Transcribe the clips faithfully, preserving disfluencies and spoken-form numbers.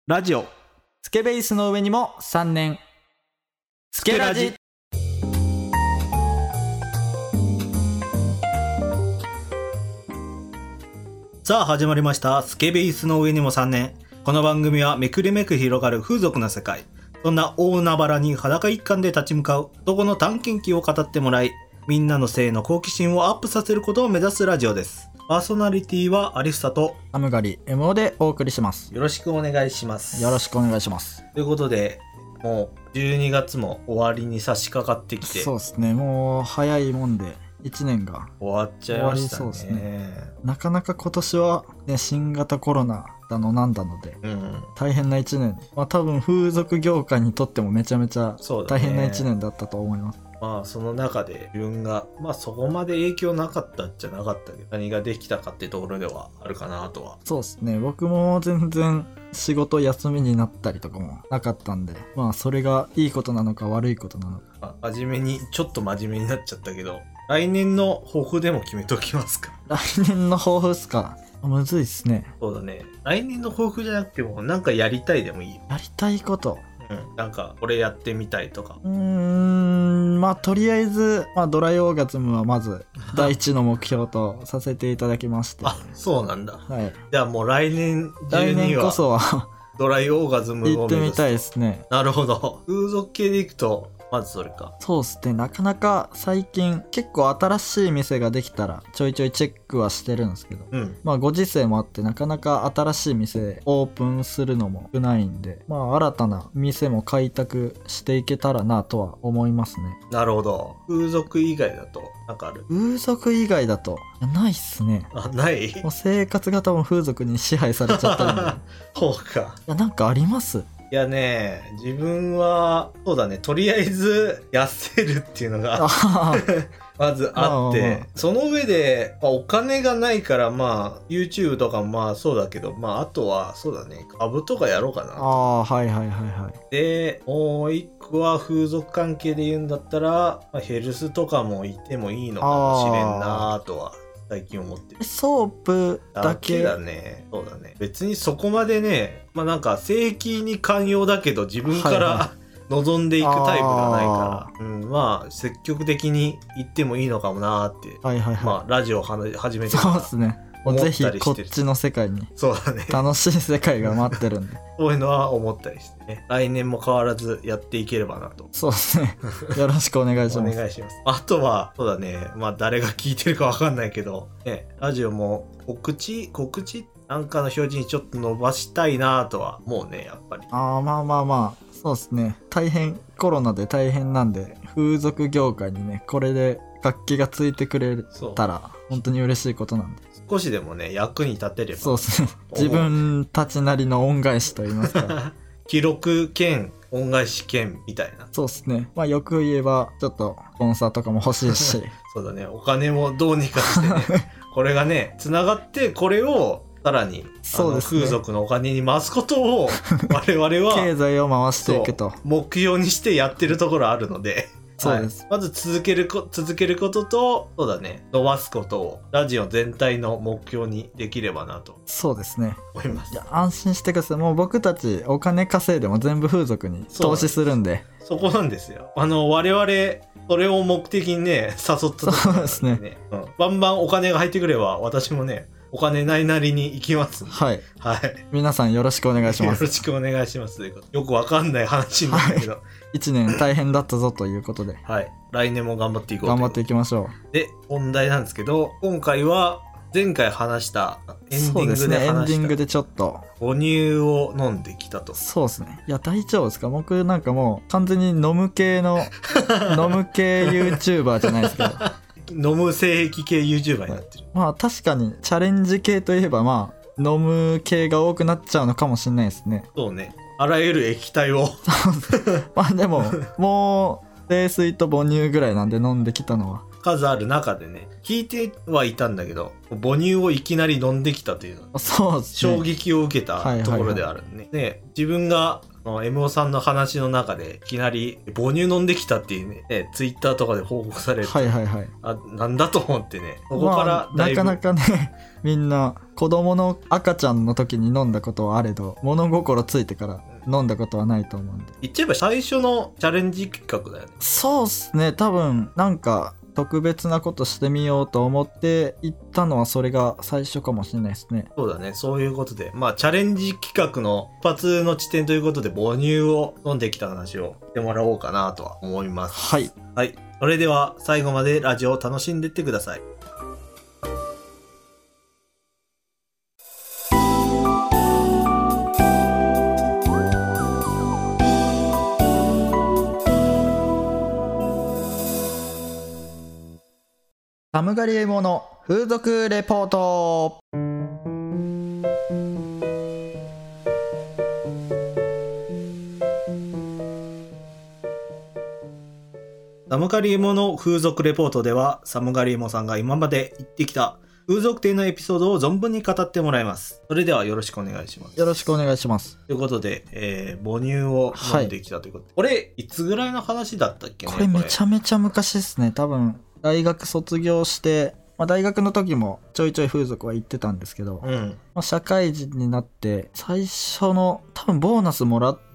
ラジオスケベースの上にもさんねんスケラジ。 さあ始まりましたスケベースの上にもさんねん。この番組はめくるめく広がる風俗の世界、そんな大海原に裸一貫で立ち向かう男の探検記を語ってもらい、みんなの性の好奇心をアップさせることを目指すラジオです。パーソナリティはアリフサとアムガリ エムオー でお送りします。 よろしくお願いします。 よろしくお願いします。 ということで、もうじゅうにがつも終わりに差し掛かってきて、 そうですね、もう早いもんでいちねんが終わっちゃいましたね。 終わりそうですね。なかなか今年は、ね、新型コロナだのなんだので、うん、大変ないちねん、まあ、多分風俗業界にとってもめちゃめちゃ大変ないちねんだったと思います。 まあその中で自分がまあそこまで影響なかったっちゃなかったけど、何ができたかってところではあるかなとは。 そうですね、僕も全然仕事休みになったりとかもなかったんで、まあそれがいいことなのか悪いことなのか。 あ、真面目にちょっと真面目になっちゃったけど、来年の抱負でも決めときますか。 来年の抱負っすか。むずいっすね。 そうだね、来年の抱負じゃなくてもなんかやりたいでもいい。 やりたいこと、 うん、なんかこれやってみたいとか。 うーん、まあとりあえず、まあ、ドライオーガズムはまず第一の目標とさせていただきましてあ、そうなんだ。 はい。 じゃあもう来年中には来年こそはドライオーガズムを目指す。 行ってみたいですね。 なるほど。風俗系でいくとまずそれか。 そうですね、なかなか最近結構新しい店ができたらちょいちょいチェックはしてるんですけど、うん、まあご時世もあってなかなか新しい店オープンするのも少ないんで、まあ新たな店も開拓していけたらなとは思いますね。 なるほど。風俗以外だとなんかある？ 風俗以外だとないっすね。 あ、ない？ もう生活が多分風俗に支配されちゃったんでそうか。 いや、なんかあります？ いやね、自分はそうだね、とりあえず痩せるっていうのがまずあって、まあまあ、その上で、まあ、お金がないからまあ YouTube とかもまあそうだけど、まああとはそうだね、株とかやろうかなと。 ああ、はいはいはいはい。 で、もう一個は風俗関係で言うんだったら、まあ、ヘルスとかもいてもいいのかもしれんなとは最近思ってる。 ソープだけだね。そうだね。別にそこまでね、まあなんか正規に寛容だけど自分から、はいはい、望んでいくタイプではないから、うん、まあ積極的に行ってもいいのかもなーって、 はいはいはい、 まあラジオを始めてそうですね。もうぜひこっちの世界に、 そうだね、 楽しい世界が待ってるんでそういうのは思ったりしてね、来年も変わらずやっていければなと。 そうですね、よろしくお願いします。 お願いします。あとはそうだね、まあ誰が聞いてるかわかんないけど、ね、ラジオも告知告知なんかの表示にちょっと伸ばしたいなとはもうね、やっぱり。 ああ、まあまあまあ、そうですね、大変コロナで大変なんで、風俗業界にねこれで楽器がついてくれたら本当に嬉しいことなんで、 少しでもね役に立てれば。 そうですね、自分たちなりの恩返しと言いますか記録兼恩返し兼みたいな。 そうですね、まあよく言えばちょっとスポンサーとかも欲しいしそうだね、お金もどうにかしてねこれがねつながって、これをさらにそうです、ね、風俗のお金に回すことを我々は経済を回していくと目標にしてやってるところあるのでそうです、はい、 まず続けるこ続けることと、そうだね、伸ばすことをラジオ全体の目標にできればなと。 そうですね、 思います。 いや安心してください。もう僕たちお金稼いでも全部風俗に投資するんで。 そこなんですよ。あの我々それを目的にね誘ったと、ね、 そうですね、 うん、バンバンお金が入ってくれば私もねお金ないなりに行きます。 はいはい。 皆さんよろしくお願いします。 よろしくお願いします。よくわかんない話なんだけど、はい、 いちねん大変だったぞということで、 はい。来年も頑張っていこう。 頑張っていきましょう。で、本題なんですけど、今回は前回話したエンディングで話した、そうですね、 エンディングでちょっと母乳を飲んできたと。 そうですね。いや大丈夫ですか？僕なんかもう完全に飲む系の飲む系 YouTuber じゃないですけど。 飲む性癖系 YouTuber になってる。 まあ確かにチャレンジ系といえばまあ飲む系が多くなっちゃうのかもしれないですね。 そうね、あらゆる液体をまあでももう冷水と母乳ぐらいなんで飲んできたのは数ある中でね、聞いてはいたんだけど母乳をいきなり飲んできたというのはそうですね、 衝撃を受けたところであるね。はいはいはい、で自分がエムオー さんの話の中でいきなり母乳飲んできたっていうね、ねツイッターとかで報告される。 はいはいはい。 あ、なんだと思ってね。そこからだいぶ、まあ、なかなかねみんな子供の赤ちゃんの時に飲んだことはあれど物心ついてから飲んだことはないと思うんで。 言っちゃえば最初のチャレンジ企画だよね。 そうっすね。多分なんか特別なことしてみようと思って行ったのはそれが最初かもしれないですね。 そうだね。そういうことで、まあチャレンジ企画の一発の地点ということで母乳を飲んできた話をしてもらおうかなとは思います。 はい。 はい。それでは最後までラジオを楽しんでってください。 寒がりエモの風俗レポート。 寒がりエモの風俗レポートでは、寒がりエモさんが今まで行ってきた風俗店のエピソードを存分に語ってもらいます。それではよろしくお願いします。 よろしくお願いします。 ということで、えー、母乳を飲んできたということで、はい、これいつぐらいの話だったっけね。 これめちゃめちゃ昔ですね。多分大学卒業して、まあ、大学の時もちょいちょい風俗は行ってたんですけど、 うんまあ、社会人になって最初の多分ボーナスもらって、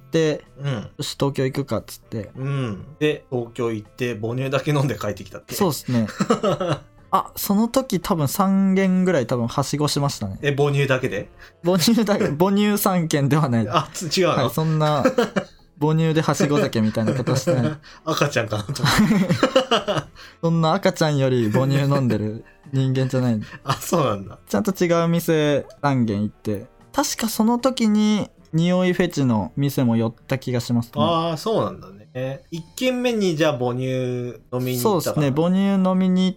うん、 よし東京行くかっつって、 うん、で東京行って母乳だけ飲んで帰ってきたって。 そうですねあ、その時多分さんけんぐらい多分はしごしましたね。 え、母乳だけで？ 母乳だけ母乳さんけんではない。 あ、違うの？ はい、そんな母乳ではしご酒みたいなことしてない赤ちゃんかなと思ってそんな赤ちゃんより母乳飲んでる人間じゃない。 あ、そうなんだ。 ちゃんと違う店何軒行って、確かその時に匂いフェチの店も寄った気がしますね。 ああ、そうなんだね。えー、いっけんめにじゃあ母乳飲みに行ったかな。 そうですね。母乳飲みに行って、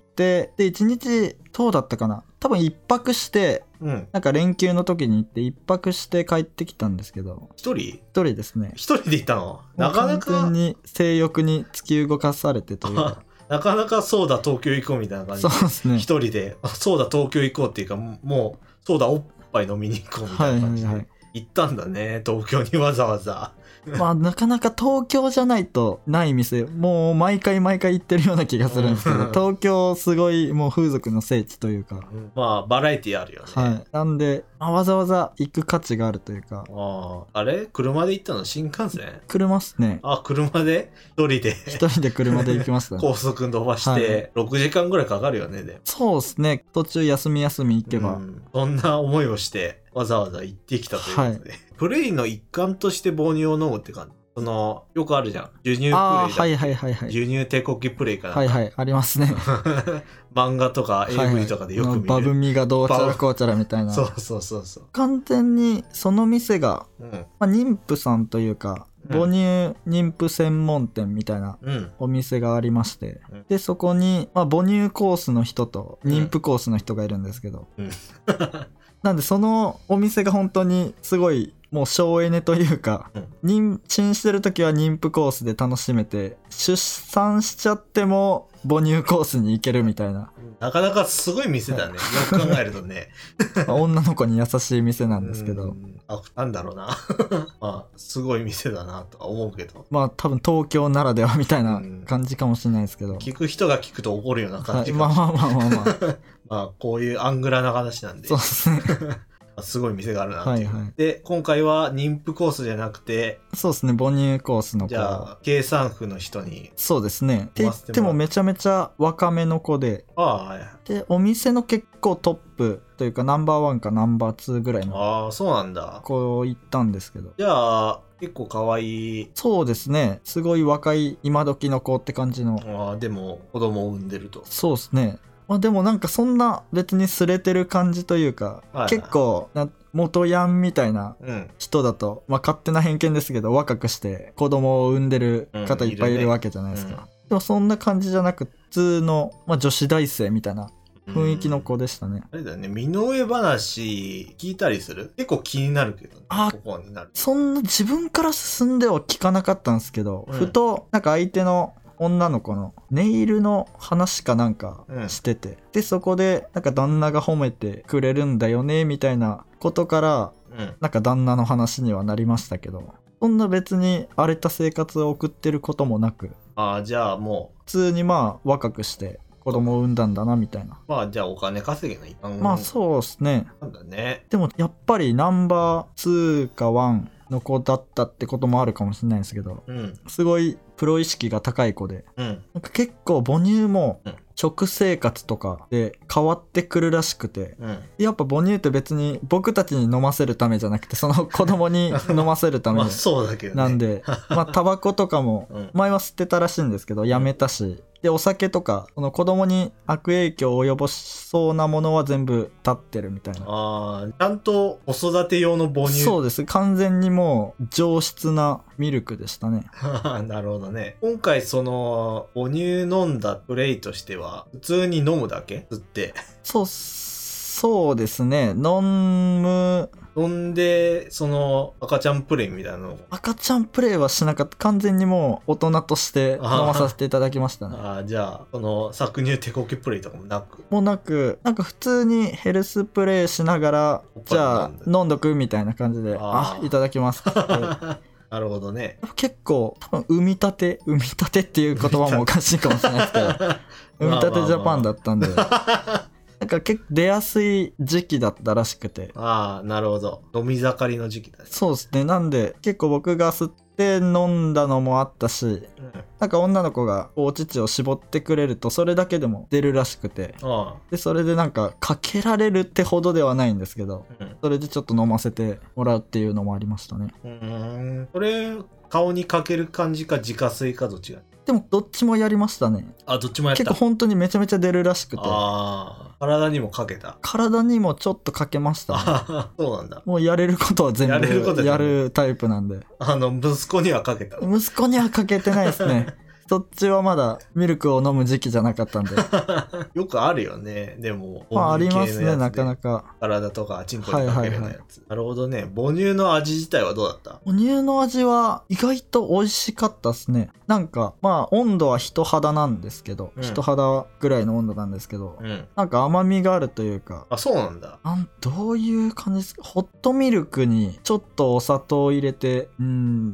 でいちにちどうだったかな、多分一泊して、うん、なんか連休の時に行って一泊して帰ってきたんですけど。 一人？ 一人ですね。 一人で行ったの？なかなか完全に性欲に突き動かされてというかなかなかそうだ東京行こうみたいな感じで。 そうですね。 一人でそうだ東京行こうっていうか、もうそうだおっぱい飲みに行こうみたいな感じで、はいはいはい、行ったんだね、東京にわざわざまあなかなか東京じゃないとない店、もう毎回毎回行ってるような気がするんですけど東京すごいもう風俗の聖地というか、 うん、まあバラエティあるよね。 はい。なんで、まあ、わざわざ行く価値があるというか。 ああ、あれ車で行ったの？新幹線？ 車っすね。 あ、車で一人で一人で車で行きましたね。 高速伸ばしてろくじかんぐらいかかるよね。でそうですね。途中休み休み行けば、うん、 そんな思いをしてわざわざ行ってきたということで、はい、プレイの一環として母乳を飲むって感じ。そのよくあるじゃん、授乳プレイだ。あ、 はいはいはいはい。 授乳手こきプレイかな。 はいはい、ありますね漫画とか エーブイ とかでよく見る、はいはい、 バブミがどうちゃらこうちゃらみたいな。 そうそうそうそう。 完全にその店が、うん、まあ、妊婦さんというか母乳妊婦専門店みたいなお店がありまして、うん、でそこに、まあ、母乳コースの人と妊婦コースの人がいるんですけど、うん、なんでそのお店が本当にすごいもう省エネというか、うん、妊娠してる時は妊婦コースで楽しめて、出産しちゃっても母乳コースに行けるみたいな。 なかなかすごい店だね、よく考えるとね女の子に優しい店なんですけど、 うんあ、なんだろうなまあすごい店だなとは思うけど、 まあ多分東京ならではみたいな感じかもしれないですけど、 聞く人が聞くと怒るような感じかもしれない、はい、まあまあまあまあまあまあこういうアングラな話なんで、 そうですねすごい店があるなっていう、 はいはい、 で今回は妊婦コースじゃなくて、 そうですね、母乳コースの子。 じゃあ計算婦の人に。 そうですね。って言ってもめちゃめちゃ若めの子で、 ああ、はい、 でお店の結構トップというかナンバーワンかナンバーツーぐらいの、 ああそうなんだ、 子行ったんですけど、 じゃあ結構可愛い。 そうですね、すごい若い今時の子って感じの。 ああ、でも子供を産んでると。 そうですね。まあ、でもなんかそんな別にすれてる感じというか、はいはい、結構な元ヤンみたいな人だと、うん、まあ勝手な偏見ですけど若くして子供を産んでる方いっぱいいるわけじゃないですか、うんいるねうん、でもそんな感じじゃなく普通の、まあ、女子大生みたいな雰囲気の子でしたね、 うん、あれだよね、身の上話聞いたりする？結構気になるけど、ね、 あ、ここになる。そんな自分から進んでは聞かなかったんですけど、うん、ふとなんか相手の女の子のネイルの話かなんかしてて、うん、でそこでなんか旦那が褒めてくれるんだよねみたいなことから、うん、なんか旦那の話にはなりましたけど、 そんな別に荒れた生活を送ってることもなく、 ああ、じゃあもう普通にまあ若くして子供を産んだんだなみたいな。 まあじゃあお金稼ぎの一環まあそうですね。 なんだね。 でもやっぱりナンバーツーかワンの子だったってこともあるかもしれないですけど、 うん、 すごいプロ意識が高い子で、 うん、 なんか結構母乳も食生活とかで変わってくるらしくて、うん、やっぱ母乳って別に僕たちに飲ませるためじゃなくてその子供に飲ませるためなんでまあタバコとかも前は吸ってたらしいんですけどやめたし、でお酒とかその子供に悪影響を及ぼしそうなものは全部立ってるみたいな。 ああ、ちゃんと子育て用の母乳。 そうです、完全にもう上質なミルクでしたね。 なるほどね。今回その母乳飲んだプレイとしては普通に飲むだけ吸って。 そうそうですね、飲む。 飲んでその赤ちゃんプレイみたいなの。 赤ちゃんプレイはしなかった。完全にもう大人として飲まさせていただきましたね。 ああ、じゃあその搾乳手こきプレイとかもなくもうなく、なんか普通にヘルスプレイしながらじゃあ飲んどくみたいな感じで、あいただきますってなるほどね。 結構多分産みたて産みたてっていう言葉もおかしいかもしれないですけど産みたてジャパンだったんでなんか結構出やすい時期だったらしくて。 ああ、なるほど。飲み盛りの時期だね。 そうですね。なんで結構僕が吸って飲んだのもあったし、うん、なんか女の子がお乳を絞ってくれるとそれだけでも出るらしくて、ああでそれでなんかかけられるってほどではないんですけど、うん、それでちょっと飲ませてもらうっていうのもありましたね。 うーん、これ顔にかける感じか自家製かどっちが。 でもどっちもやりましたね。 あ、どっちもやった。 結構本当にめちゃめちゃ出るらしくて。 ああ、体にもかけた。 体にもちょっとかけましたね。 そうなんだ。 もうやれることは全部やれることやるタイプなんで。 あの息子にはかけた。 息子にはかけてないですね。そっちはまだミルクを飲む時期じゃなかったんで。 よくあるよね。でもまあありますね、なかなか。 体とかチンコにかけるようなやつ、はいはいはい、なるほどね。母乳の味自体はどうだった？ 母乳の味は意外と美味しかったですね。なんかまあ温度は人肌なんですけど、うん、人肌ぐらいの温度なんですけど、うん、なんか甘みがあるというか。 あ、そうなんだ。 なんどういう感じですか？ホットミルクにちょっとお砂糖を入れて、うん、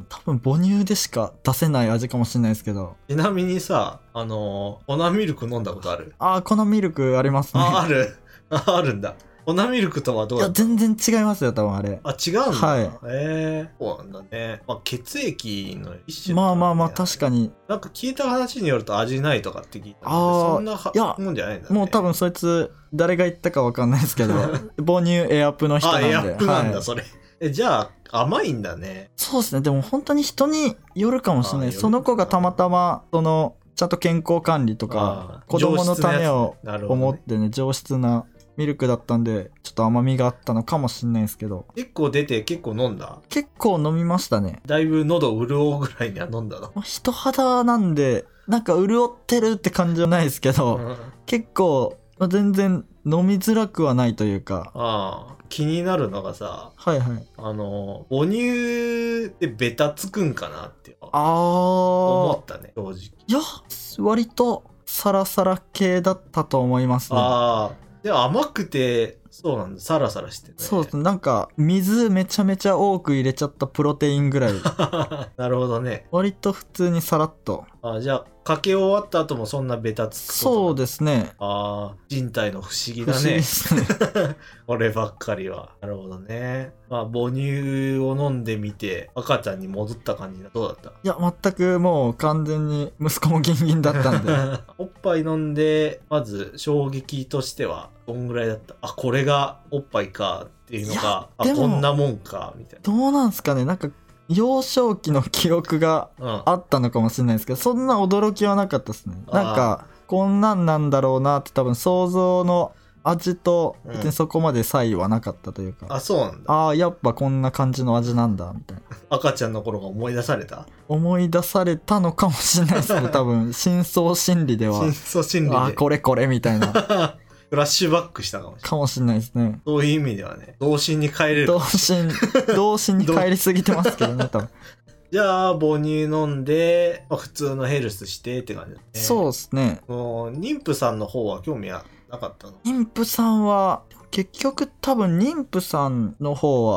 多分母乳でしか出せない味かもしれないですけど。 ちなみにさ、あのー、粉ミルク飲んだことある？ あ、粉ミルクありますね。 あ、ある。あるんだ。粉ミルクとはどうだった？ いや、全然違いますよ、多分あれ。 あ、違うんだ。 はい。 へえ、そうなんだね。まあ、血液の一種、ね。 まあまあまあ、確かに。 なんか聞いた話によると味ないとかって聞いたんで、そんなは、いや、もんじゃないんだね。 もう多分そいつ、誰が言ったかわかんないですけど、母乳エアップの人なんで。 あ、エアップなんだ、はい、それ。え、じゃあ、甘いんだね。 そうですね。でも本当に人によるかもしれない。その子がたまたま、その、ちゃんと健康管理とか、子供のためを思ってね、上質なミルクだったんで、ちょっと甘みがあったのかもしれないですけど。 結構出て結構飲んだ？ 結構飲みましたね。 だいぶ喉潤うぐらいには飲んだの？ 人肌なんで、なんか潤ってるって感じはないですけど、うん、結構、全然飲みづらくはないというか。 ああ、気になるのがさ、 はいはい。 あの、母乳ってベタつくんかなって思ったね、正直。いや、割とサラサラ系だったと思いますね。 ああ、でも甘くて、そうなんだ、サラサラしてね。 そうですね、なんか水めちゃめちゃ多く入れちゃったプロテインぐらい。 なるほどね。 割と普通にさらっと。 あ、じゃあかけ終わった後もそんなベタつくこと？ そうですね。 ああ、人体の不思議だね。 不思議ですね。 俺ばっかりは。なるほどね。まあ母乳を飲んでみて赤ちゃんに戻った感じだ。どうだった？ いや、全くもう完全に息子もギンギンだったんで。 おっぱい飲んでまず衝撃としてはどんぐらいだった？あ、これがおっぱいかっていうのが、あ、こんなもんかみたいな。 どうなんすかね。なんか幼少期の記憶があったのかもしれないですけど、うん、そんな驚きはなかったですね。なんかこんなんなんだろうなって多分想像の味と別にそこまで差異はなかったというか、 うん、あ、そうなんだ。 ああ、やっぱこんな感じの味なんだみたいな。 赤ちゃんの頃が思い出された？思い出されたのかもしれないですね。多分深層心理では深層心理で、 あ、これこれみたいな。 フラッシュバックしたかもしれない。 かもしれないですね。 そういう意味ではね、童心に帰れる。 童心、童心に帰りすぎてますけどね、多分。 じゃあ、母乳飲んで、まあ、普通のヘルスしてって感じだね。 そうですね。 もう、妊婦さんの方は興味はなかったの？ 妊婦さんは、結局多分妊婦さんの方は、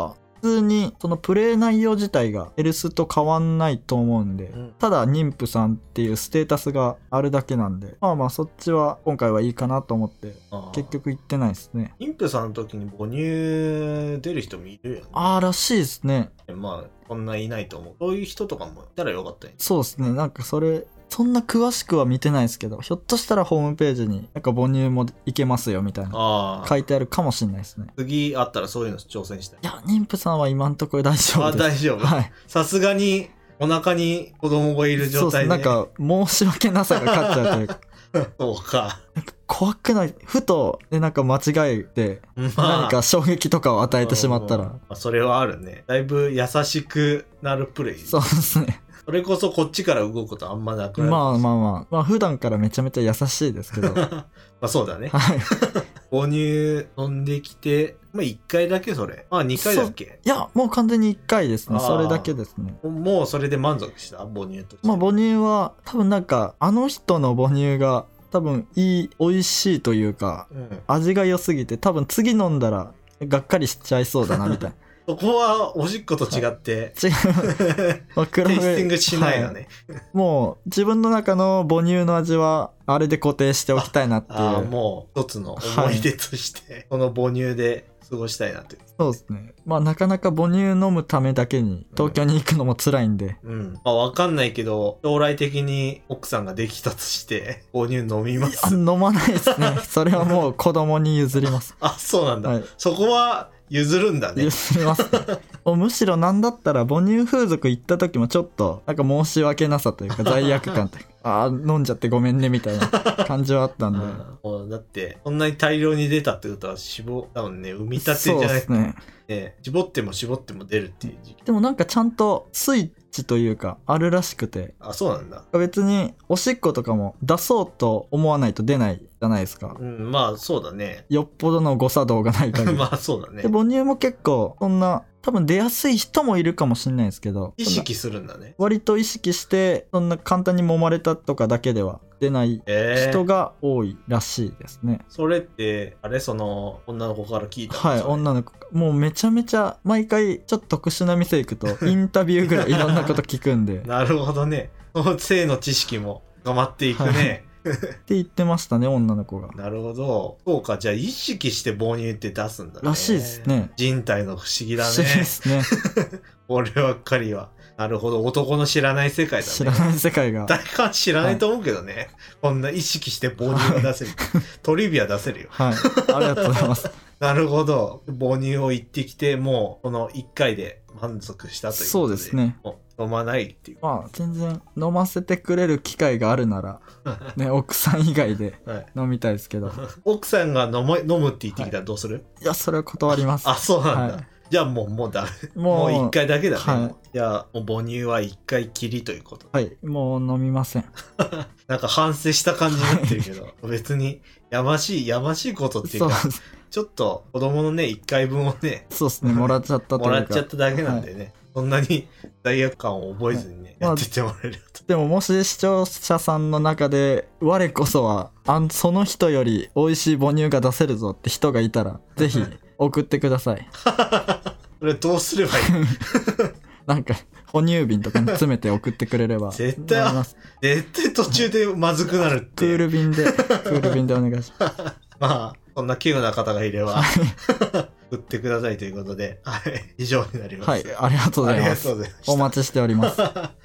通にそのプレイ内容自体がエルスと変わんないと思うんで、うん、ただ妊婦さんっていうステータスがあるだけなんで、まあまあそっちは今回はいいかなと思って結局行ってないですね。 妊婦さんの時に母乳出る人もいるよね。 ああらしいですね。 まあこんないないと思う。そういう人とかもいたらよかったよね。 そうですね。なんかそれそんな詳しくは見てないですけど、ひょっとしたらホームページになんか母乳もいけますよみたいな書いてあるかもしれないですね。 次あったらそういうの挑戦したい。 いや、妊婦さんは今んところ大丈夫です。 あ、大丈夫。 はい。 さすがにお腹に子供がいる状態で。 そうです。なんか申し訳なさが勝っちゃうというか。 そうか。 なんか怖くない？ふと、ね、なんか間違えて、まあ、何か衝撃とかを与えてしまったら。まあ、それはあるね。だいぶ優しくなるプレイ。 そうですね。 それこそこっちから動くことあんまなくなる。 まあまあまあ。まあ普段からめちゃめちゃ優しいですけど。 まあそうだね。 はい。 母乳飲んできて、まあいっかいだけそれ。まあにかいだっけ？ いや、もう完全にいっかいですね。それだけですね。 もうそれで満足した母乳として。 まあ母乳は多分なんかあの人の母乳が多分いい、美味しいというか、うん、味が良すぎて多分次飲んだらがっかりしちゃいそうだなみたいな。 そこはおしっこと違って、 はい、違う、まあ、テイスティングしないのね、 はい、もう自分の中の母乳の味はあれで固定しておきたいなっていう。 ああ、もう一つの思い出として、はい、この母乳で過ごしたいなって。 そうですね。まあなかなか母乳飲むためだけに東京に行くのも辛いんで。 うん。うん、まあわかんないけど、将来的に奥さんができたとして母乳飲みます？ あ、飲まないですね。それはもう子供に譲ります。 あ、そうなんだ。はい、そこは譲るんだね。 譲ります、ね。もうむしろなんだったら母乳風俗行った時もちょっとなんか申し訳なさというか罪悪感というかああ飲んじゃってごめんねみたいな感じはあったんで。 もうだってそんなに大量に出たってことは脂肪多分ね産みたてじゃないですね。 ね、絞っても絞っても出るっていう時期。 でもなんかちゃんとスイッチというかあるらしくて。 あ、そうなんだ。 別におしっことかも出そうと思わないと出ないじゃないですか。 うん、まあそうだね。 よっぽどの誤作動がない限り。 まあそうだね。 で母乳も結構そんな多分出やすい人もいるかもしれないですけど、 意識するんだね。 割と意識してそんな簡単に揉まれたとかだけでは出ない人が多いらしいですね。 えー、それってあれその女の子から聞いたの？ はい、女の子もうめちゃめちゃ毎回ちょっと特殊な店行くとインタビューぐらいいろんなこと聞くんで。 なるほどね。性の知識も深まっていくね。はいって言ってましたね、女の子が。 なるほど。そうか、じゃあ意識して母乳って出すんだね。 らしいですね。 人体の不思議だね。 不思議ですね。 俺ばっかりは。なるほど、男の知らない世界だね。 知らない世界が。 誰か知らないと思うけどね。はい、こんな意識して母乳が出せる。トリビア出せるよ。 はい。ありがとうございます。 なるほど。母乳を行ってきて、もうこのいっかいで満足したということで。 そうですね。 飲まないっていう。 まあ全然飲ませてくれる機会があるなら、ね、奥さん以外で飲みたいですけど。はい、 奥さんが飲む、飲むって言ってきたらどうする？はい、 いや、それは断ります。 あ、そうなんだ。はい、じゃあもう、もうダメ。もういっかいだけだね。はい、じゃあ、もう母乳はいっかいきりということ。 はい、もう飲みません。 なんか反省した感じになってるけど、はい、別にやましい、やましいことっていうか、ちょっと子供のね、いっかいぶんをね、 そうですね、もらっちゃったというか。 もらっちゃっただけなんでね。はい、そんなに罪悪感を覚えずにね、はい、やってってもらえると、まあ、 でももし視聴者さんの中で我こそはあんその人より美味しい母乳が出せるぞって人がいたらぜひ送ってください。 それどうすればいい？ なんか哺乳瓶とかに詰めて送ってくれれば絶対絶対途中でまずくなるって。 クール便でクール便でお願いします。 まあそんな稀有な方がいれば売ってくださいということで、はい、以上になります。 はい、ありがとうございます。お待ちしております。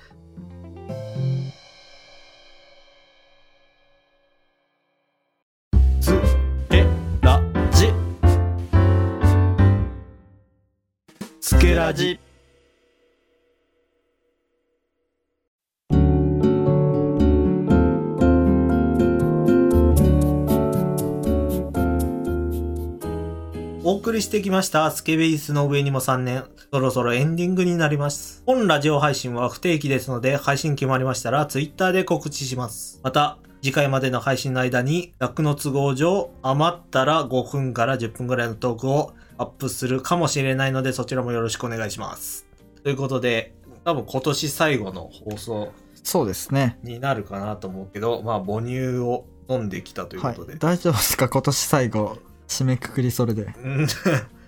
つけらじつけらじお送りしてきましたスケベイスの上にもさんねん、そろそろエンディングになります。本ラジオ配信は不定期ですので、配信決まりましたら Twitter で告知します。また次回までの配信の間に楽の都合上余ったらごふんからじゅっぷんぐらいのトークをアップするかもしれないので、そちらもよろしくお願いします。ということで、多分今年最後の放送そうですねになるかなと思うけど、まあ母乳を飲んできたということで、 はい、大丈夫ですか？今年最後締めくくりそれで。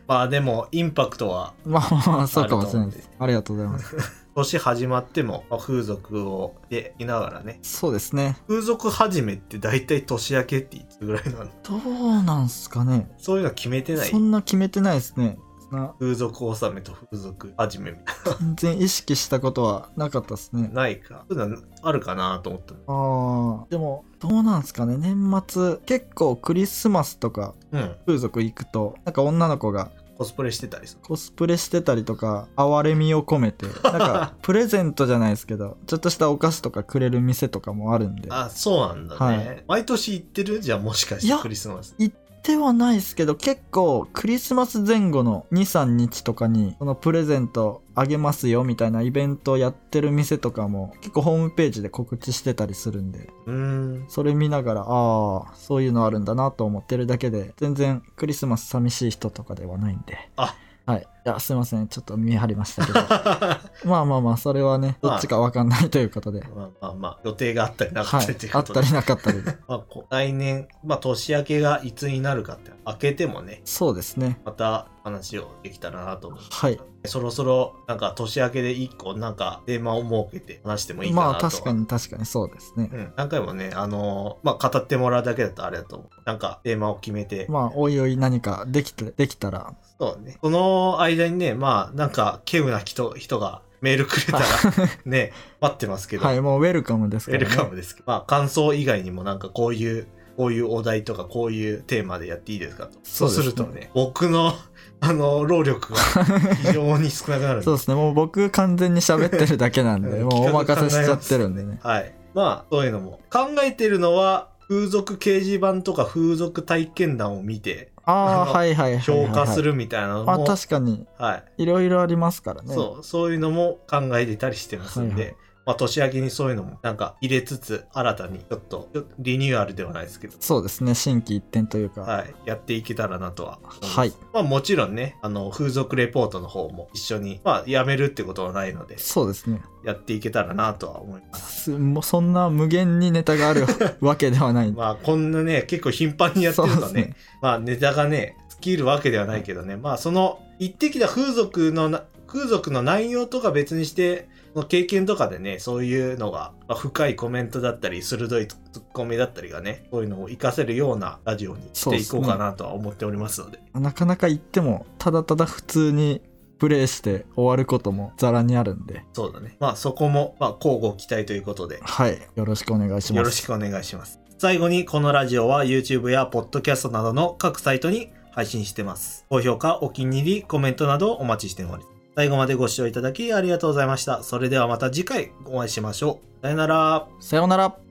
まあでもインパクトはまあまあそうかもしれないです。ありがとうございます。 年始まっても、まあ、風俗をでいながらね。 そうですね。 風俗始めって大体年明けっていつぐらいなの？ どうなんすかね。 そういうの決めてない？ そんな決めてないですね。な風俗納めと風俗始めみたいな。 全然意識したことはなかったですね。 ないか。そういうのあるかなと思ったの。ああ、でもどうなんすかね。年末結構クリスマスとか、うん、風俗行くとなんか女の子がコスプレしてたりする。 コスプレしてたりとか、哀れみを込めてなんかプレゼントじゃないですけどちょっとしたお菓子とかくれる店とかもあるんで。 あ、そうなんだね、はい、毎年行ってる？じゃあもしかしてクリスマス行ってはないですけど、結構クリスマス前後の にさんにちとかにそのプレゼントあげますよみたいなイベントをやってる店とかも結構ホームページで告知してたりするんで、うーん、それ見ながら、ああそういうのあるんだなと思ってるだけで、全然クリスマス寂しい人とかではないんで。あ、はい。いや、すいません。ちょっと見張りましたけど。まあまあまあ、それはね、どっちかわかんないということで。 まあまあまあ、予定があったりなかったりということで、 はい、あったりなかったりで。 まあ、来年、まあ年明けがいつになるかって、明けてもね。 そうですね。 また話をできたらなと思う。 はい。 そろそろ、なんか年明けで一個、なんかテーマを設けて話してもいいかなと。 まあ確かに確かにそうですね。 うん。何回もね、あのー、まあ語ってもらうだけだとあれだと思う。なんかテーマを決めて。 まあ、おいおい何かできて、できたら。 そうね。その間にね、まあ、なんか、稀有な人、人がメールくれたら、ね、待ってますけど。 はい、もうウェルカムですからね。 ウェルカムですけど。まあ、感想以外にもなんかこういう、こういうお題とかこういうテーマでやっていいですかと。そうするとね、僕の、あの、労力が非常に少なくなる。 そうですね。もう僕完全に喋ってるだけなんで、もうお任せしちゃってるんでね。 はい。まあ、そういうのも。考えてるのは、風俗掲示板とか風俗体験談を見て、 ああ、はいはいはい。 評価するみたいなのも。 あ、確かに。はい。いろいろありますからね。 そう、そういうのも考えてたりしてますんで、はいはい、まあ、年明けにそういうのもなんか入れつつ、新たにちょっとリニューアルではないですけど。 そうですね。心機一転というか。 はい。やっていけたらなとは思います。 はい。 まあもちろんね、あの、風俗レポートの方も一緒に、まあやめるってことはないので。 そうですね。 やっていけたらなとは思います。 もうそんな無限にネタがあるわけではない。 まあこんなね、結構頻繁にやってるとね、ねまあネタがね、尽きるわけではないけどね、まあその、行ってきた風俗のな、風俗の内容とか別にして、経験とかでね、そういうのが、まあ、深いコメントだったり、鋭いツッコミだったりがね、そういうのを活かせるようなラジオにしていこうかなとは思っておりますので。 ね、なかなか言っても、ただただ普通にプレイして終わることもざらにあるんで。 そうだね。まあそこも、まあ交互期待ということで。 はい。よろしくお願いします。 よろしくお願いします。最後に、このラジオは YouTube や Podcast などの各サイトに配信してます。高評価、お気に入り、コメントなどお待ちしております。最後までご視聴いただきありがとうございました。それではまた次回お会いしましょう。さよなら。 さよなら。